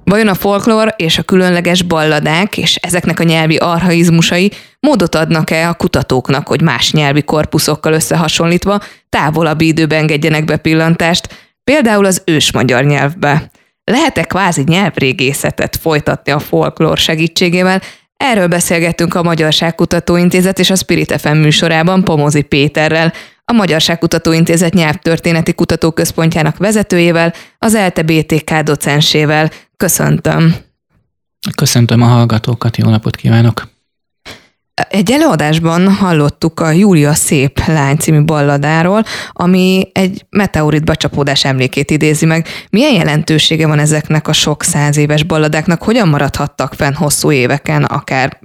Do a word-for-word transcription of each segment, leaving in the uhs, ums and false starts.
Vajon a folklór és a különleges balladák és ezeknek a nyelvi archaizmusai módot adnak-e a kutatóknak, hogy más nyelvi korpuszokkal összehasonlítva távolabbi időben engedjenek bepillantást, például az ősmagyar nyelvbe? Lehet-e kvázi nyelvrégészetet folytatni a folklór segítségével? Erről beszélgettünk a Magyarságkutató Intézet és a Spirit ef em műsorában Pomozy Péterrel, a Magyarságkutató Intézet nyelvtörténeti kutatóközpontjának vezetőjével, az e el té bé té ká docensével. Köszöntöm! Köszöntöm a hallgatókat, jó napot kívánok! Egy előadásban hallottuk a Júlia szép lány című balladáról, ami egy meteorit becsapódás emlékét idézi meg. Milyen jelentősége van ezeknek a sok száz éves balladáknak? Hogyan maradhattak fenn hosszú éveken, akár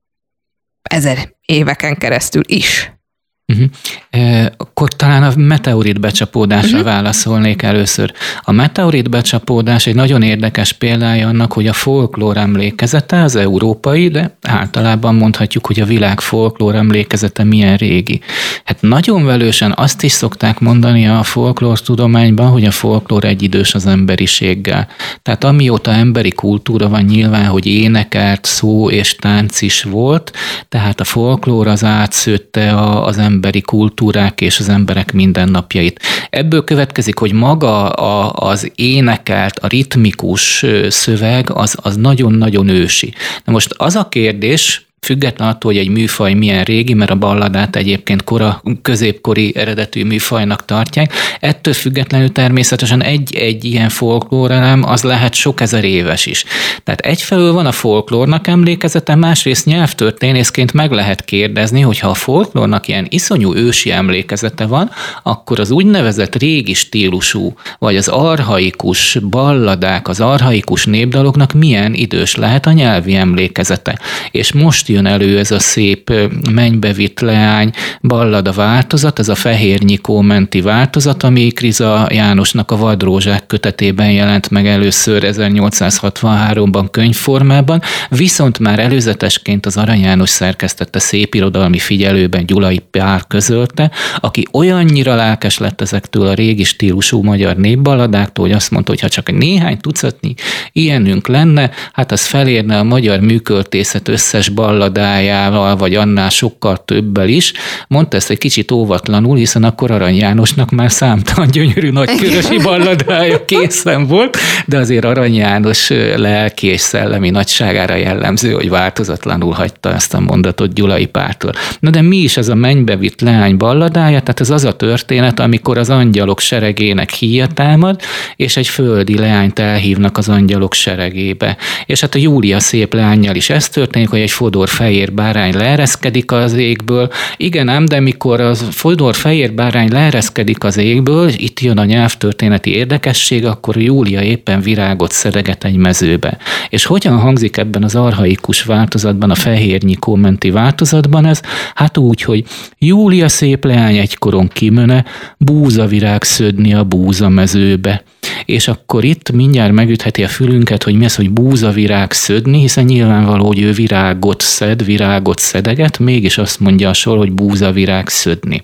ezer éveken keresztül is? Uh-huh. E, akkor talán a meteorit becsapódásra uh-huh. válaszolnék először. A meteorit becsapódás egy nagyon érdekes példája annak, hogy a folklór emlékezete, az európai, de általában mondhatjuk, hogy a világ folklór emlékezete milyen régi. Hát nagyon velősen azt is szokták mondani a folklór tudományban, hogy a folklór egyidős az emberiséggel. Tehát amióta emberi kultúra van, nyilván, hogy énekelt, szó és tánc is volt, tehát a folklór az átszőtte az ember emberi kultúrák és az emberek mindennapjait. Ebből következik, hogy maga a, az énekelt, a ritmikus szöveg az, az nagyon-nagyon ősi. Na most az a kérdés, független attól, hogy egy műfaj milyen régi, mert a balladát egyébként kora, középkori eredetű műfajnak tartják, ettől függetlenül természetesen egy-egy ilyen folklórelem az lehet sok ezer éves is. Tehát egyfelől van a folklórnak emlékezete, másrészt nyelvtörténészként meg lehet kérdezni, hogy ha a folklórnak ilyen iszonyú ősi emlékezete van, akkor az úgynevezett régi stílusú, vagy az archaikus balladák, az archaikus népdaloknak milyen idős lehet a nyelvi emlékezete. És most jön elő ez a szép mennybe vitt leány ballada változat, ez a Fehér Nyikó menti változat, ami Kriza Jánosnak a Vadrózsák kötetében jelent meg először ezernyolcszázhatvanháromban könyvformában, viszont már előzetesként az Arany János szerkesztette Szépirodalmi Figyelőben Gyulai Pál közölte, aki olyannyira lelkes lett ezektől a régi stílusú magyar népballadáktól, hogy azt mondta, hogy ha csak néhány tucatnyi ilyenünk lenne, hát az felérne a magyar műköltészet összes ball balladájával, vagy annál sokkal többel is. Mondta ezt egy kicsit óvatlanul, hiszen akkor Arany Jánosnak már számtalan gyönyörű nagykörösi balladája készen volt, de azért Arany János lelki és szellemi nagyságára jellemző, hogy változatlanul hagyta ezt a mondatot Gyulai Páltól. Na de mi is ez a mennybe vitt leány balladája? Tehát ez az a történet, amikor az angyalok seregének híja támad, és egy földi leányt elhívnak az angyalok seregébe. És hát a Júlia szép leánnyal is ez történik, hogy egy fodor fehér bárány leereszkedik az égből. Igen ám, de mikor a fodor fehér bárány leereszkedik az égből, itt jön a nyelvtörténeti érdekesség, akkor Júlia éppen virágot szedeget egy mezőbe. És hogyan hangzik ebben az archaikus változatban, a Fehér Nyikó menti változatban ez? Hát úgy, hogy Júlia szép leány egykoron kimöne, búzavirág szödni a búzamezőbe. És akkor itt mindjárt megütheti a fülünket, hogy mi az, hogy búzavirág szödni, hiszen nyilvánvaló, hogy ő virágot szed, virágot szedeget, mégis azt mondja a sor, hogy búzavirág szödni.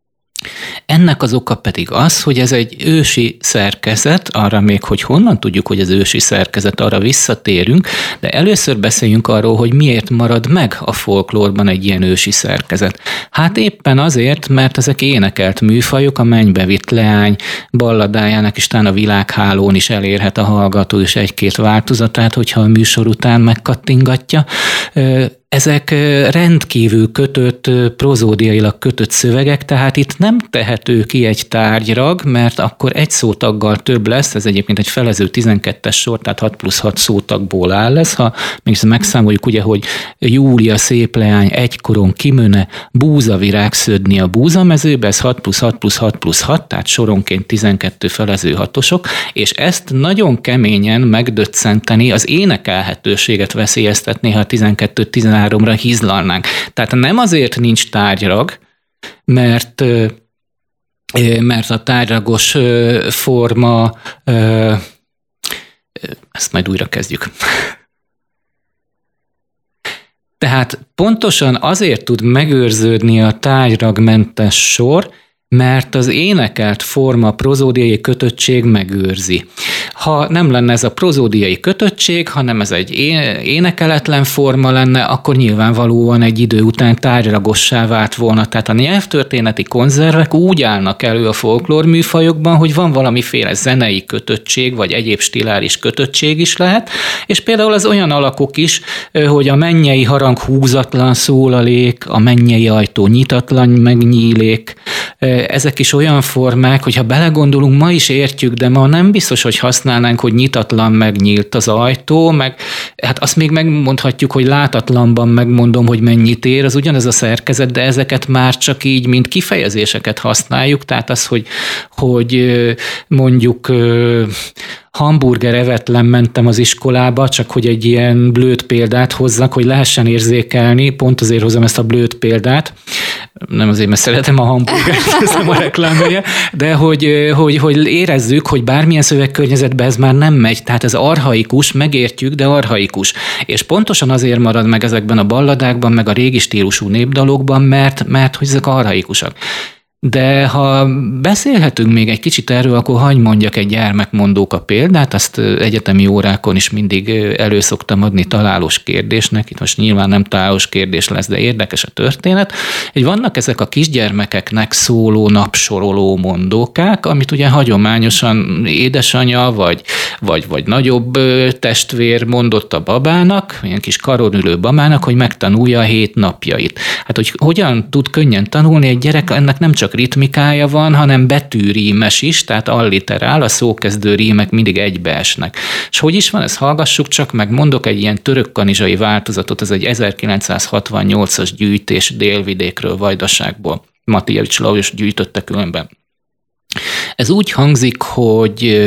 Ennek az oka pedig az, hogy ez egy ősi szerkezet, arra még, hogy honnan tudjuk, hogy ez ősi szerkezet, arra visszatérünk, de először beszéljünk arról, hogy miért marad meg a folklórban egy ilyen ősi szerkezet. Hát éppen azért, mert ezek énekelt műfajok, a mennybe vitt leány balladájának is talán a világhálón is elérhet a hallgató is egy-két változatát, hogyha a műsor után megkattingatja. Ezek rendkívül kötött, prozódiailag kötött szövegek, tehát itt nem tehető ki egy tárgyrag, mert akkor egy szótaggal több lesz, ez egyébként egy felező tizenkettes sor, tehát hat plusz hat szótagból áll ez, ha még megszámoljuk ugye, hogy Júlia szép leány egykoron kimöne, búzavirág szödni a búzamezőbe, ez hat plusz hat plusz hat plusz hat, tehát soronként tizenkettő felező hatosok, és ezt nagyon keményen megdöccenteni, az énekelhetőséget veszélyeztetné, ha tizenkettő tizenháromra hizlalnánk. Tehát nem azért nincs tárgyrag, mert, mert a tárgyagos forma, ezt majd újra kezdjük. Tehát pontosan azért tud megőrződni a tárgyragmentes sor, mert az énekelt forma prozódiai kötöttség megőrzi. Ha nem lenne ez a prozódiai kötöttség, hanem ez egy énekeletlen forma lenne, akkor nyilvánvalóan egy idő után tárgylagossá vált volna. Tehát a nyelvtörténeti konzervek úgy állnak elő a folklór műfajokban, hogy van valamiféle zenei kötöttség, vagy egyéb stiláris kötöttség is lehet, és például az olyan alakok is, hogy a mennyei harang húzatlan szólalék, a mennyei ajtó nyitatlan megnyílék, ezek is olyan formák, hogyha belegondolunk, ma is értjük, de ma nem biztos, hogy használnánk, hogy nyitatlan megnyílt az ajtó, meg hát azt még megmondhatjuk, hogy látatlanban megmondom, hogy mennyit ér, az ugyanez a szerkezet, de ezeket már csak így, mint kifejezéseket használjuk, tehát az, hogy, hogy mondjuk hamburger evetlen mentem az iskolába, csak hogy egy ilyen blőtt példát hozzak, hogy lehessen érzékelni, pont azért hozom ezt a blőtt példát, nem azért, mert szeretem a hamburgert, ez nem a reklámja, de hogy, hogy, hogy érezzük, hogy bármilyen szövegkörnyezetben ez már nem megy, tehát ez archaikus, megértjük, de archaikus. És pontosan azért marad meg ezekben a balladákban, meg a régi stílusú népdalokban, mert, mert hogy ezek archaikusak. De ha beszélhetünk még egy kicsit erről, akkor hagyj mondjak egy gyermekmondóka példát, azt egyetemi órákon is mindig elő szoktam adni találós kérdésnek, itt most nyilván nem találós kérdés lesz, de érdekes a történet, hogy vannak ezek a kisgyermekeknek szóló napsoroló mondókák, amit ugye hagyományosan édesanyja, vagy, vagy, vagy nagyobb testvér mondott a babának, ilyen kis karon ülő babának, hogy megtanulja a hét napjait. Hát, hogy hogyan tud könnyen tanulni egy gyerek, ennek nem csak ritmikája van, hanem betűrímes is, tehát alliterál, a szókezdő rímek mindig egybeesnek. És hogy is van, ezt hallgassuk csak, meg mondok egy ilyen törökkanizsai változatot, ez egy ezerkilencszázhatvannyolcas gyűjtés Délvidékről, Vajdaságból. Matijevics Lajos gyűjtötte különben. Ez úgy hangzik, hogy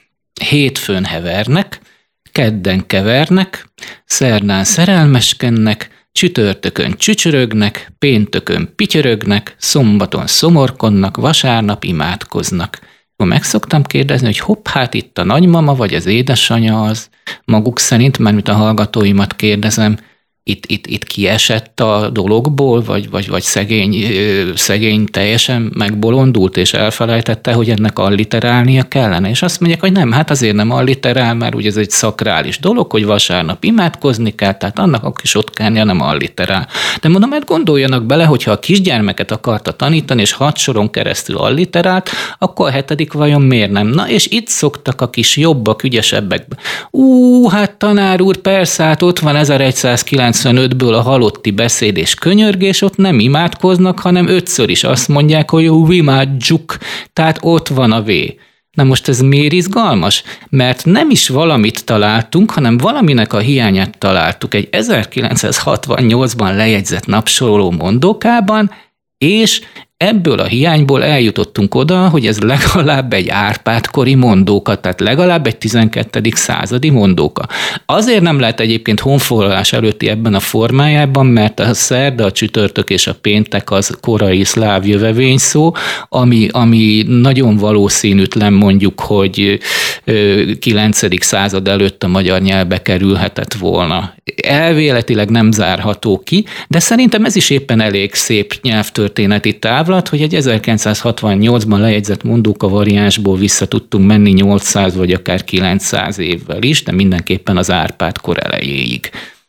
hétfőn hevernek, kedden kevernek, szerdán szerelmeskennek, csütörtökön csücsörögnek, péntökön pityörögnek, szombaton szomorkodnak, vasárnap imádkoznak. Akkor meg szoktam kérdezni, hogy hopp, hát itt a nagymama vagy az édesanyja az maguk szerint, mármint a hallgatóimat kérdezem, itt, itt, itt kiesett a dologból, vagy, vagy, vagy szegény, szegény teljesen megbolondult, és elfelejtette, hogy ennek alliterálnia kellene. És azt mondják, hogy nem, hát azért nem alliterál, mert ugye ez egy szakrális dolog, hogy vasárnap imádkozni kell, tehát annak a kis otkánja nem alliterál. De mondom, mert gondoljanak bele, hogyha a kisgyermeket akarta tanítani, és hat soron keresztül alliterált, akkor a hetedik vajon miért nem? Na, és itt szoktak a kis jobbak, ügyesebbek. Ú, hát tanár úr, persze, hát ott van ezeregyszázkilencvenötből a halotti beszéd és könyörgés, ott nem imádkoznak, hanem ötször is azt mondják, hogy imádjuk, tehát ott van a V. Na most ez miért izgalmas? Mert nem is valamit találtunk, hanem valaminek a hiányát találtuk egy ezerkilencszázhatvannyolcban lejegyzett napsoroló mondókában, és ebből a hiányból eljutottunk oda, hogy ez legalább egy Árpád-kori mondóka, tehát legalább egy tizenkettedik századi mondóka. Azért nem lehet egyébként honfoglalás előtti ebben a formájában, mert a szerda, a csütörtök és a péntek az korai szláv jövevényszó, ami, ami nagyon valószínűtlen mondjuk, hogy kilencedik század előtt a magyar nyelvbe kerülhetett volna. Elvéletileg nem zárható ki, de szerintem ez is éppen elég szép nyelvtörténeti távlat, hogy egy ezerkilencszázhatvannyolcban lejegyzett mondóka variánsból vissza tudtunk menni nyolcszáz vagy akár kilencszáz évvel is, de mindenképpen az Árpád-kor elejéig.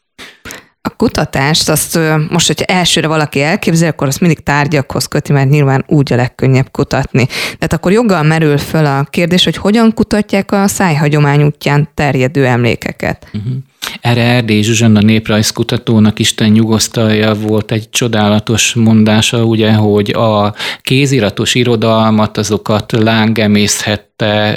A kutatást, azt most, hogyha elsőre valaki elképzel, akkor azt mindig tárgyakhoz köti, mert nyilván úgy a legkönnyebb kutatni. Tehát akkor joggal merül föl a kérdés, hogy hogyan kutatják a szájhagyomány útján terjedő emlékeket. Uh-huh. Erre Erdély Zsuzsanna néprajzkutatónak Isten nyugosztalja volt egy csodálatos mondása, ugye, hogy a kéziratos irodalmat, azokat láng emészhette,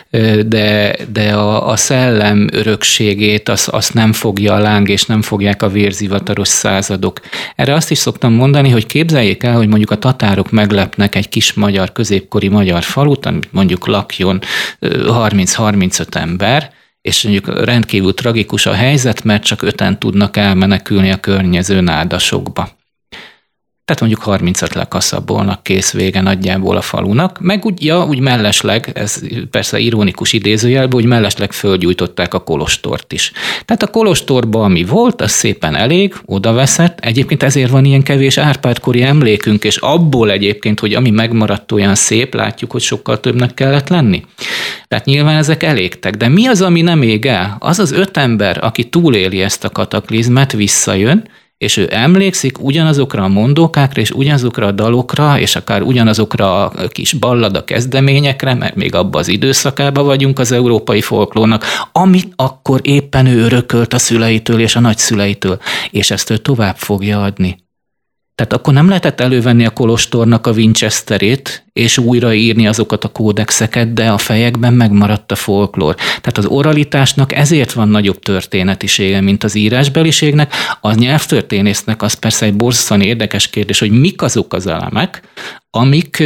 de, de a, a szellem örökségét azt az nem fogja a láng, és nem fogják a vérzivataros századok. Erre azt is szoktam mondani, hogy képzeljék el, hogy mondjuk a tatárok meglepnek egy kis magyar, középkori magyar falut, amit mondjuk lakjon harminc-harmincöt ember, és mondjuk rendkívül tragikus a helyzet, mert csak öten tudnak elmenekülni a környező nádasokba. tehát mondjuk harmincat lekaszabolnak, kész, vége nagyjából a falunak, meg úgy, ja, úgy mellesleg, ez persze ironikus idézőjelben, úgy mellesleg fölgyújtották a kolostort is. Tehát a kolostorban, ami volt, az szépen elég, odaveszett, egyébként ezért van ilyen kevés Árpád-kori emlékünk, és abból egyébként, hogy ami megmaradt olyan szép, látjuk, hogy sokkal többnek kellett lenni. Tehát nyilván ezek elégtek. De mi az, ami nem ég el? Az az öt ember, aki túléli ezt a kataklizmát, visszajön, és ő emlékszik ugyanazokra a mondókákra, és ugyanazokra a dalokra, és akár ugyanazokra a kis ballada kezdeményekre, mert még abban az időszakában vagyunk az európai folklórnak, amit akkor éppen ő örökölt a szüleitől és a nagyszüleitől, és ezt ő tovább fogja adni. Tehát akkor nem lehetett elővenni a kolostornak a Winchesterét, és újraírni azokat a kódexeket, de a fejekben megmaradt a folklór. Tehát az oralitásnak ezért van nagyobb történetisége, mint az írásbeliségnek. A nyelvtörténésznek az persze egy borzasztóan érdekes kérdés, hogy mik azok az elemek, amik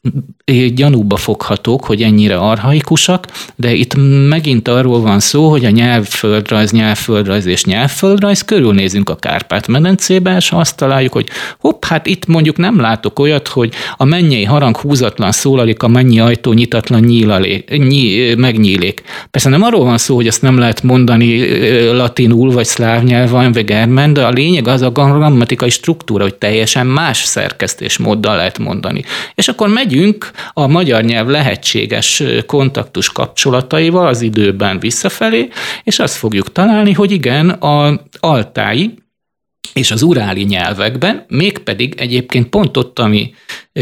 gyanúba foghatók, hogy ennyire archaikusak, de itt megint arról van szó, hogy a nyelvföldrajz, nyelvföldrajz és nyelvföldrajz körülnézünk a Kárpát-medencébe, és azt találjuk, hogy hopp, hát itt mondjuk nem látok olyat, hogy a mennyei harang húzatlan szólalik, a mennyi ajtó nyitatlan nyílalék, nyí, megnyílék. Persze nem arról van szó, hogy ezt nem lehet mondani latinul, vagy szláv nyelven, vagy germen, de a lényeg az a grammatikai struktúra, hogy teljesen más szerkesztésmóddal lehet mondani. És akkor megyünk a magyar nyelv lehetséges kontaktus kapcsolataival az időben visszafelé, és azt fogjuk találni, hogy igen, az altái és az uráli nyelvekben, mégpedig egyébként pont ott, ami,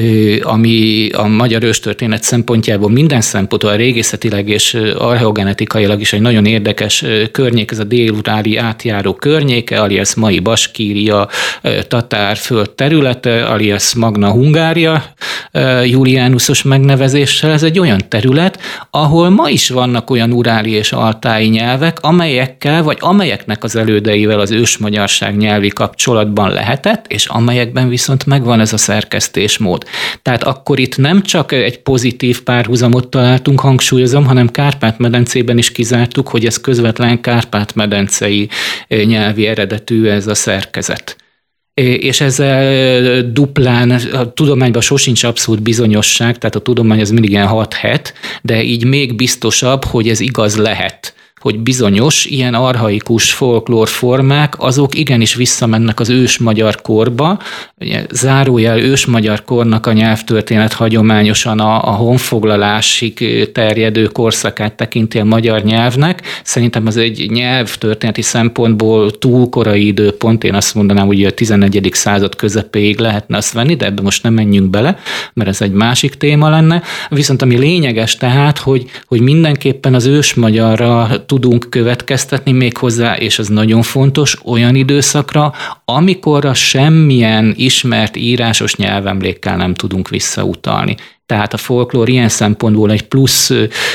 ami a magyar őstörténet szempontjából minden szempontból a régészetileg és archeogenetikailag is egy nagyon érdekes környék, ez a dél-uráli átjáró környéke, alias mai Baskíria, tatárföld területe, alias Magna Hungária, Juliánusos megnevezéssel. Ez egy olyan terület, ahol ma is vannak olyan uráli és altái nyelvek, amelyekkel, vagy amelyeknek az elődeivel az ősmagyarság nyelvi kapcsolatban lehetett, és amelyekben viszont megvan ez a szerkesztésmód. Tehát akkor itt nem csak egy pozitív párhuzamot találtunk, hangsúlyozom, hanem Kárpát-medencében is kizártuk, hogy ez közvetlen kárpát-medencei nyelvi eredetű ez a szerkezet. És ezzel duplán, a tudományban sosincs abszolút bizonyosság, tehát a tudomány az mindig ilyen hat-het, de így még biztosabb, hogy ez igaz lehet, hogy bizonyos ilyen archaikus folklór formák, azok igenis visszamennek az ősmagyar korba, zárójel ősmagyar kornak a nyelvtörténet hagyományosan a, a honfoglalásig terjedő korszakát tekinti a magyar nyelvnek. Szerintem az egy nyelvtörténeti szempontból túl korai időpont, én azt mondanám, hogy a tizennegyedik század közepéig lehetne azt venni, de ebbe most nem menjünk bele, mert ez egy másik téma lenne. Viszont ami lényeges tehát, hogy, hogy mindenképpen az ősmagyarra tudunk következtetni méghozzá, és ez nagyon fontos, olyan időszakra, amikorra semmilyen ismert írásos nyelvemlékkel nem tudunk visszautalni. Tehát a folklór ilyen szempontból egy plusz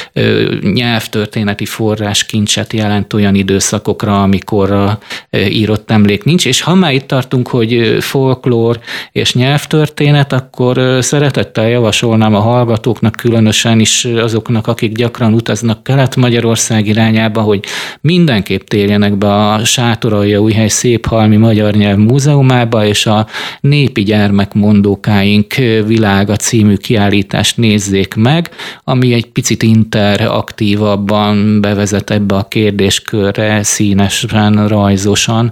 ö, nyelvtörténeti forráskincset jelent olyan időszakokra, amikor írott emlék nincs, és ha már itt tartunk, hogy folklór és nyelvtörténet, akkor szeretettel javasolnám a hallgatóknak, különösen is azoknak, akik gyakran utaznak Kelet-Magyarország irányába, hogy mindenképp térjenek be a Sátoraljaújhely Széphalmi Magyar Nyelv Múzeumába, és a Népi Gyermekmondókáink világa című kiállítást nézzék meg, ami egy picit interaktívabban bevezet ebbe a kérdéskörre, színesen, rajzosan,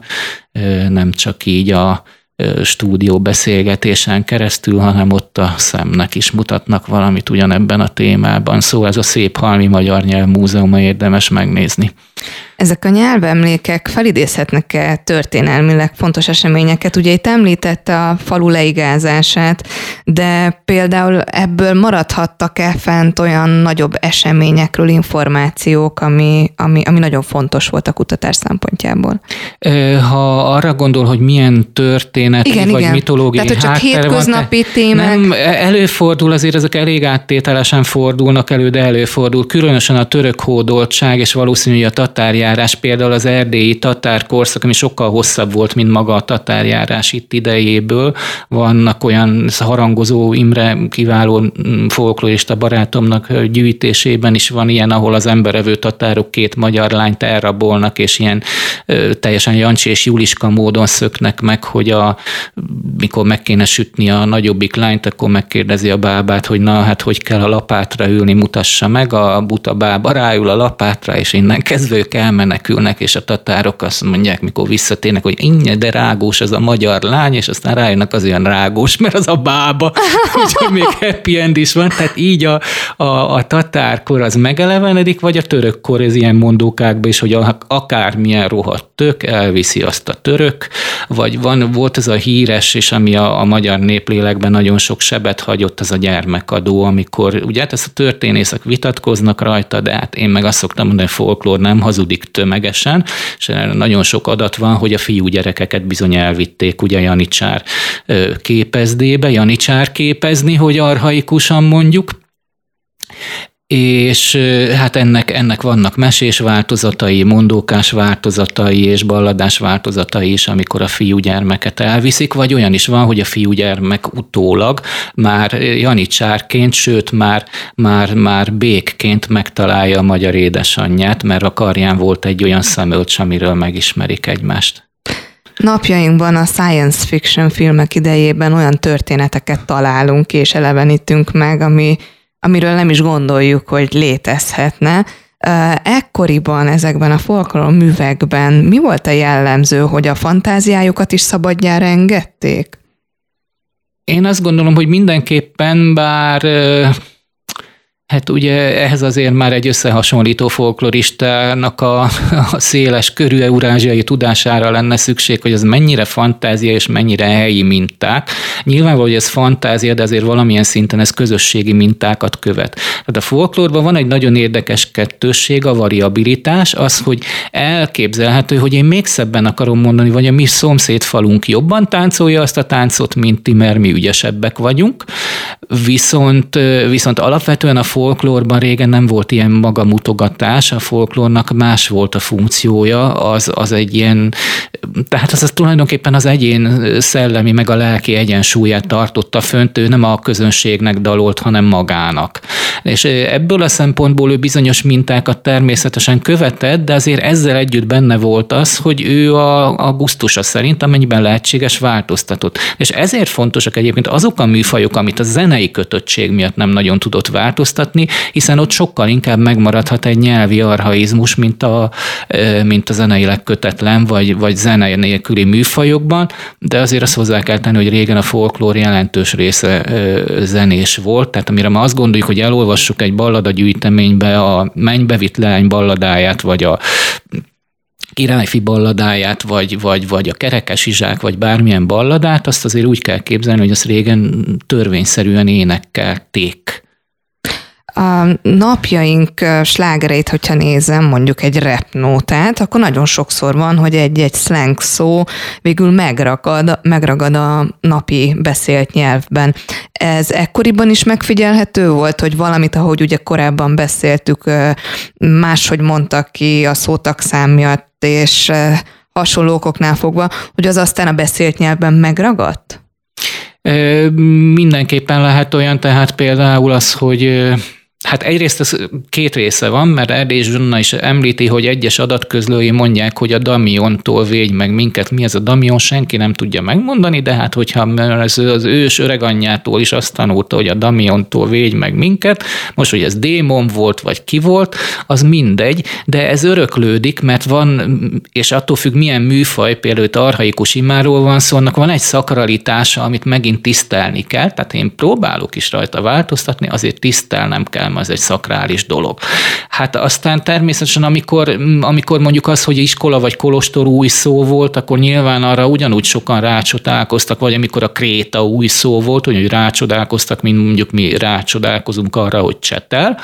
nem csak így a stúdió beszélgetésen keresztül, hanem ott a szemnek is mutatnak valamit ugyanebben a témában. Szóval ez a Széphalmi Magyar Nyelv Múzeuma, érdemes megnézni. Ezek a nyelvemlékek felidézhetnek-e történelmileg fontos eseményeket? Ugye itt említette a falu leigázását, de például ebből maradhattak-e fent olyan nagyobb eseményekről információk, ami, ami, ami nagyon fontos volt a kutatás szempontjából? Ha arra gondol, hogy milyen történeti igen, vagy igen. mitológiai Tehát, hogy csak hétköznapi van, témák. Nem, előfordul, azért ezek elég áttételesen fordulnak elő, de előfordul. Különösen a török hódoltság, és valószínűleg a tatárjárás, például az erdélyi tatár korszak, ami sokkal hosszabb volt, mint maga a tatárjárás itt idejéből. Vannak olyan Harangozó Imre kiváló folklorista barátomnak gyűjtésében is van ilyen, ahol az emberevő tatárok két magyar lányt elrabolnak, és ilyen teljesen Jancsi és Juliska módon szöknek meg, hogy a, mikor meg kéne sütni a nagyobbik lányt, akkor megkérdezi a bábát, hogy na, hát hogy kell a lapátra ülni, mutassa meg, a buta bába ráül a lapátra, és innen kezdve ők elmenekülnek, és a tatárok azt mondják, mikor visszatérnek, hogy innye, de rágós az a magyar lány, és aztán rájönnek az olyan rágós, mert az a bába, úgyhogy még happy end is van, tehát így a, a, a tatárkor az megelevenedik, vagy a törökkor ez ilyen mondókákban is, hogy a, akármilyen rohadt tök, elviszi azt a török, vagy van, volt ez a híres, és ami a, a magyar néplélekben nagyon sok sebet hagyott, az a gyermekadó, amikor ugye hát ezt a történészek vitatkoznak rajta, de hát én meg azt szoktam mondani, hogy folklór nem hazudik tömegesen, és nagyon sok adat van, hogy a fiúgyerekeket bizony elvitték ugye janicsár képezdébe, janicsár képezni, hogy archaikusan mondjuk, és hát ennek, ennek vannak mesés változatai, mondókás változatai és balladás változatai is, amikor a fiúgyermeket elviszik, vagy olyan is van, hogy a fiúgyermek utólag már janicsárként, sőt már, már, már békként megtalálja a magyar édesanyját, mert a karján volt egy olyan szemölcs, amiről megismerik egymást. Napjainkban a science fiction filmek idejében olyan történeteket találunk és elevenítünk meg, ami amiről nem is gondoljuk, hogy létezhetne. Ekkoriban ezekben a folklór művekben mi volt a jellemző, hogy a fantáziájukat is szabadjára engedték? Én azt gondolom, hogy mindenképpen, bár hát ugye ehhez azért már egy összehasonlító folkloristának a, a széles körű eurázsiai tudására lenne szükség, hogy ez mennyire fantázia és mennyire helyi minták. Nyilvánvaló, hogy ez fantázia, de azért valamilyen szinten ez közösségi mintákat követ. Tehát a folklórban van egy nagyon érdekes kettősség, a variabilitás, az, hogy elképzelhető, hogy én még szebben akarom mondani, vagy a mi szomszédfalunk jobban táncolja azt a táncot, mint ti, mert mi ügyesebbek vagyunk. Viszont, viszont alapvetően a folklórban régen nem volt ilyen magamutogatás, a folklórnak más volt a funkciója, az, az egy ilyen, tehát az, az tulajdonképpen az egyén szellemi meg a lelki egyensúlyát tartotta fönt, ő nem a közönségnek dalolt, hanem magának. És ebből a szempontból ő bizonyos mintákat természetesen követett, de azért ezzel együtt benne volt az, hogy ő a, a gusztusa szerint, amennyiben lehetséges, változtatott. És ezért fontosak egyébként azok a műfajok, amit a zenei kötöttség miatt nem nagyon tudott változtatni, hiszen ott sokkal inkább megmaradhat egy nyelvi archaizmus, mint a, mint a zeneileg kötetlen, vagy, vagy zenei nélküli műfajokban, de azért azt hozzá kell tenni, hogy régen a folklór jelentős része zenés volt, tehát amire ma azt gondoljuk, hogy elolvassuk egy balladagyűjteménybe a Mennybe vitt leány balladáját, vagy a Királyfi balladáját, vagy, vagy, vagy a Kerekes Izsák, vagy bármilyen balladát, azt azért úgy kell képzelni, hogy azt régen törvényszerűen énekkelték. A napjaink slágereit, hogyha nézem, mondjuk egy repnótát, akkor nagyon sokszor van, hogy egy-egy slang szó végül megragad, megragad a napi beszélt nyelvben. Ez ekkoriban is megfigyelhető volt, hogy valamit, ahogy ugye korábban beszéltük, máshogy mondtak ki a szótagszám miatt, és hasonló okoknál fogva, hogy az aztán a beszélt nyelvben megragadt? Mindenképpen lehet olyan, tehát például az, hogy hát egyrészt ez két része van, mert Erdély Zsuzsanna is említi, hogy egyes adatközlői mondják, hogy a Damiontól védj meg minket. Mi ez a Damion? Senki nem tudja megmondani, de hát hogyha az, az ős öreganyjától is azt tanulta, hogy a Damiontól védj meg minket, most, hogy ez démon volt, vagy ki volt, az mindegy, de ez öröklődik, mert van, és attól függ, milyen műfaj, például archaikus imáról van szó, annak van egy szakralitása, amit megint tisztelni kell, tehát én próbálok is rajta változtatni, azért tisztelnem kell, az egy szakrális dolog. Hát aztán természetesen, amikor, amikor mondjuk az, hogy iskola vagy kolostor új szó volt, akkor nyilván arra ugyanúgy sokan rácsodálkoztak, vagy amikor a kréta új szó volt, hogy rácsodálkoztak, mint mondjuk mi rácsodálkozunk arra, hogy csetel.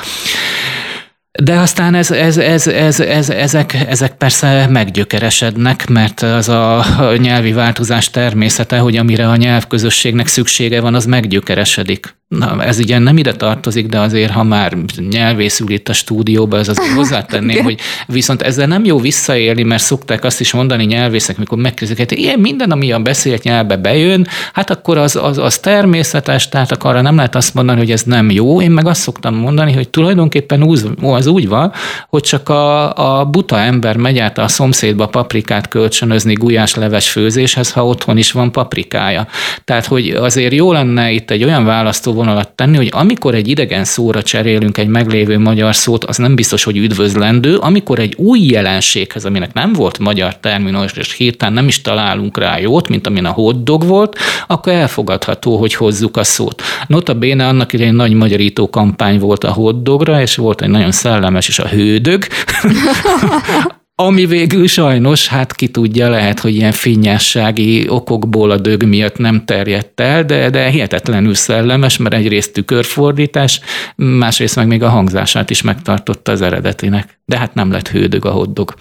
De aztán ez, ez, ez, ez, ez, ezek, ezek persze meggyökeresednek, mert az a nyelvi változás természete, hogy amire a nyelvközösségnek szüksége van, az meggyökeresedik. Na, ez ugye nem ide tartozik, de azért, ha már nyelvész ül itt a stúdióban, ez azért hozzátenném, hogy viszont ezzel nem jó visszaélni, mert szokták azt is mondani nyelvészek, mikor megkérdezik, hogy ilyen minden, ami a beszélt nyelvbe bejön, hát akkor az, az, az természetes, tehát akkor arra nem lehet azt mondani, hogy ez nem jó. Én meg azt szoktam mondani, hogy tulajdonképpen az úgy van, hogy csak a, a buta ember megy át a szomszédba paprikát kölcsönözni gulyásleves főzéshez, ha otthon is van paprikája. Tehát, hogy azért jó lenne itt egy olyan választóvonalat tenni, hogy amikor egy idegen szóra cserélünk egy meglévő magyar szót, az nem biztos, hogy üdvözlendő. Amikor egy új jelenséghez, aminek nem volt magyar terminus, és hirtelen nem is találunk rá jót, mint amin a hotdog volt, akkor elfogadható, hogy hozzuk a szót. Notabene annak idején nagy magyarító kampány volt a hotdogra, és volt egy nagyon szellemes is a hődög, ami végül sajnos, hát ki tudja, lehet, hogy ilyen finnyássági okokból a dög miatt nem terjedt el, de, de hihetetlenül szellemes, mert egyrészt tükörfordítás, másrészt meg még a hangzását is megtartotta az eredetinek. De hát nem lett hődög a hotdog.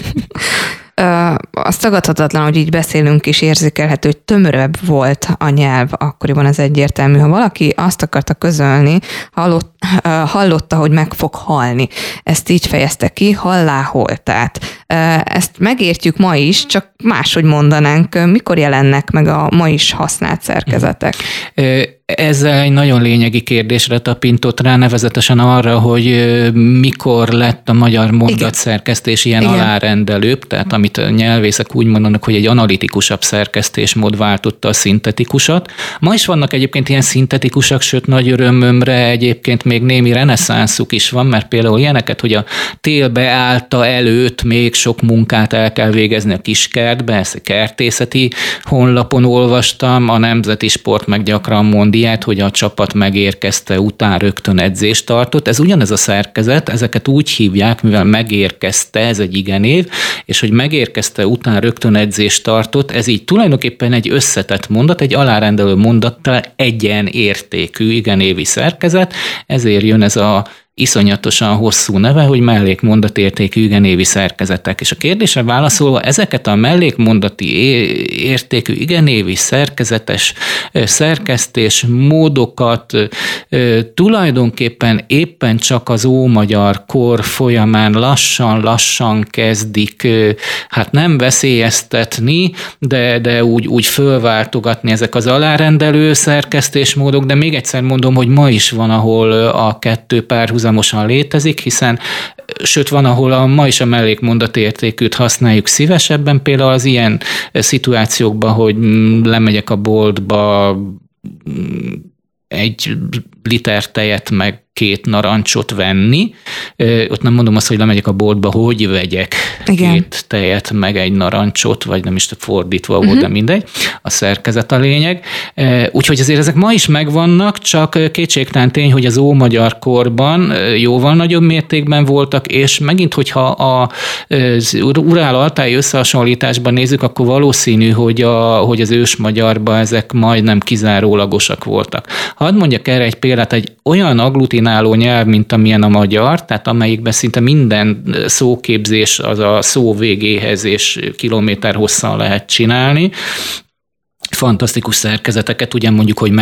Az tagadhatatlan, hogy így beszélünk és érzékelhető, hogy tömörebb volt a nyelv, akkoriban ez egyértelmű. Ha valaki azt akarta közölni, hallott, hallotta, hogy meg fog halni. Ezt így fejezte ki, halláholtát. Ezt megértjük ma is, csak máshogy mondanánk. Mikor jelennek meg a ma is használt szerkezetek? Ezzel egy nagyon lényegi kérdésre tapintott rá, nevezetesen arra, hogy mikor lett a magyar mondatszerkesztés ilyen Igen. alárendelőbb, tehát amit a nyelvészek úgy mondanak, hogy egy analitikusabb szerkesztésmód váltotta a szintetikusat. Ma is vannak egyébként ilyen szintetikusak, sőt nagy örömömre egyébként még némi reneszánszuk is van, mert például ilyeneket, hogy a tél beállta előtt még sok munkát el kell végezni a kiskertbe, ezt a kertészeti honlapon olvastam, a Nemzeti Sport meg gyakran mond ilyet, hogy a csapat megérkezte, után rögtön edzést tartott. Ez ugyanez a szerkezet, ezeket úgy hívják, mivel megérkezte, ez egy igenév, és hogy megérkezte, után rögtön edzést tartott, ez így tulajdonképpen egy összetett mondat, egy alárendelő mondattal egyenértékű igenévi szerkezet, ezért jön ez a iszonyatosan hosszú neve, hogy mellékmondatértékű igenévi szerkezetek. És a kérdésre válaszolva, ezeket a mellékmondati értékű igenévi szerkezetes szerkesztés módokat tulajdonképpen éppen csak az ómagyar kor folyamán lassan-lassan kezdik, hát nem veszélyeztetni, de, de úgy, úgy fölváltogatni ezek az alárendelő szerkesztésmódok, de még egyszer mondom, hogy ma is van, ahol a kettő párhuzamos létezik, hiszen sőt van, ahol a, ma is a mellékmondatértékűt használjuk szívesebben, például az ilyen szituációkban, hogy lemegyek a boltba egy liter tejet meg két narancsot venni. Ott nem mondom azt, hogy lemegyek a boltba, hogy vegyek Igen. két tejet, meg egy narancsot, vagy nem is fordítva volt, uh-huh. de mindegy. A szerkezet a lényeg. Úgyhogy azért ezek ma is megvannak, csak kétségtelen tény, hogy az ómagyar korban jóval nagyobb mértékben voltak, és megint, hogyha az urál-altáji összehasonlításban nézzük, akkor valószínű, hogy, a, hogy az ősmagyarban ezek majdnem kizárólagosak voltak. Hadd mondjak erre egy példát, egy olyan agglutináló nyelv, mint amilyen a magyar, tehát amelyikben szinte minden szóképzés az a szó végéhez és kilométer hosszan lehet csinálni. Fantasztikus szerkezeteket, ugye mondjuk, hogy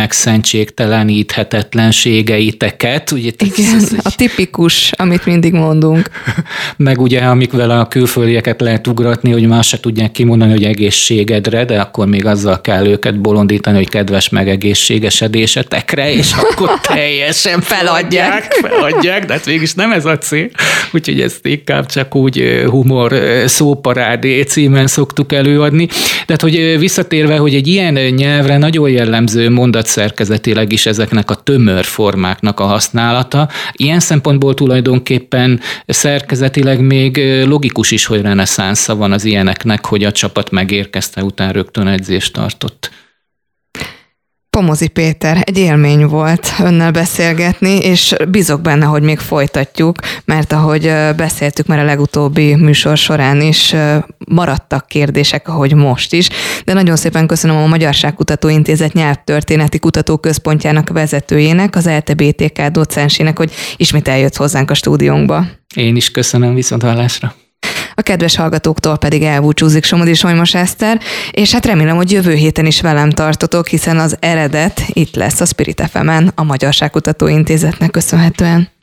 megszentségteleníthetetlenségeiteket. Ugye, Igen, ez, a tipikus, amit mindig mondunk. Meg ugye, amikvel a külföldieket lehet ugratni, hogy más se tudják kimondani, hogy egészségedre, de akkor még azzal kell őket bolondítani, hogy kedves megegészségesedésetekre, és akkor teljesen feladják, feladják, de hát végülis nem ez a cél. Úgyhogy ezt inkább csak úgy humor szóparádé címen szoktuk előadni. Tehát, hogy visszatérve, hogy egy ilyen nyelvre nagyon jellemző mondatszerkezetileg is ezeknek a tömör formáknak a használata. Ilyen szempontból tulajdonképpen szerkezetileg még logikus is, hogy reneszánsza van az ilyeneknek, hogy a csapat megérkezte, után rögtön edzést tartott. Pomozy Péter, egy élmény volt önnel beszélgetni, és bízok benne, hogy még folytatjuk, mert ahogy beszéltük már a legutóbbi műsor során is, maradtak kérdések, ahogy most is, de nagyon szépen köszönöm a Magyarságkutató Intézet Nyelvtörténeti Kutatóközpontjának vezetőjének, az E L T E B T K docensének, hogy ismét eljött hozzánk a stúdiónkba. Én is köszönöm, viszonthallásra. a kedves hallgatóktól pedig elbúcsúzik Somodi Solymos Eszter, és hát remélem, hogy jövő héten is velem tartotok, hiszen az eredet itt lesz a Spirit ef emen, a Magyarságkutató Intézetnek köszönhetően.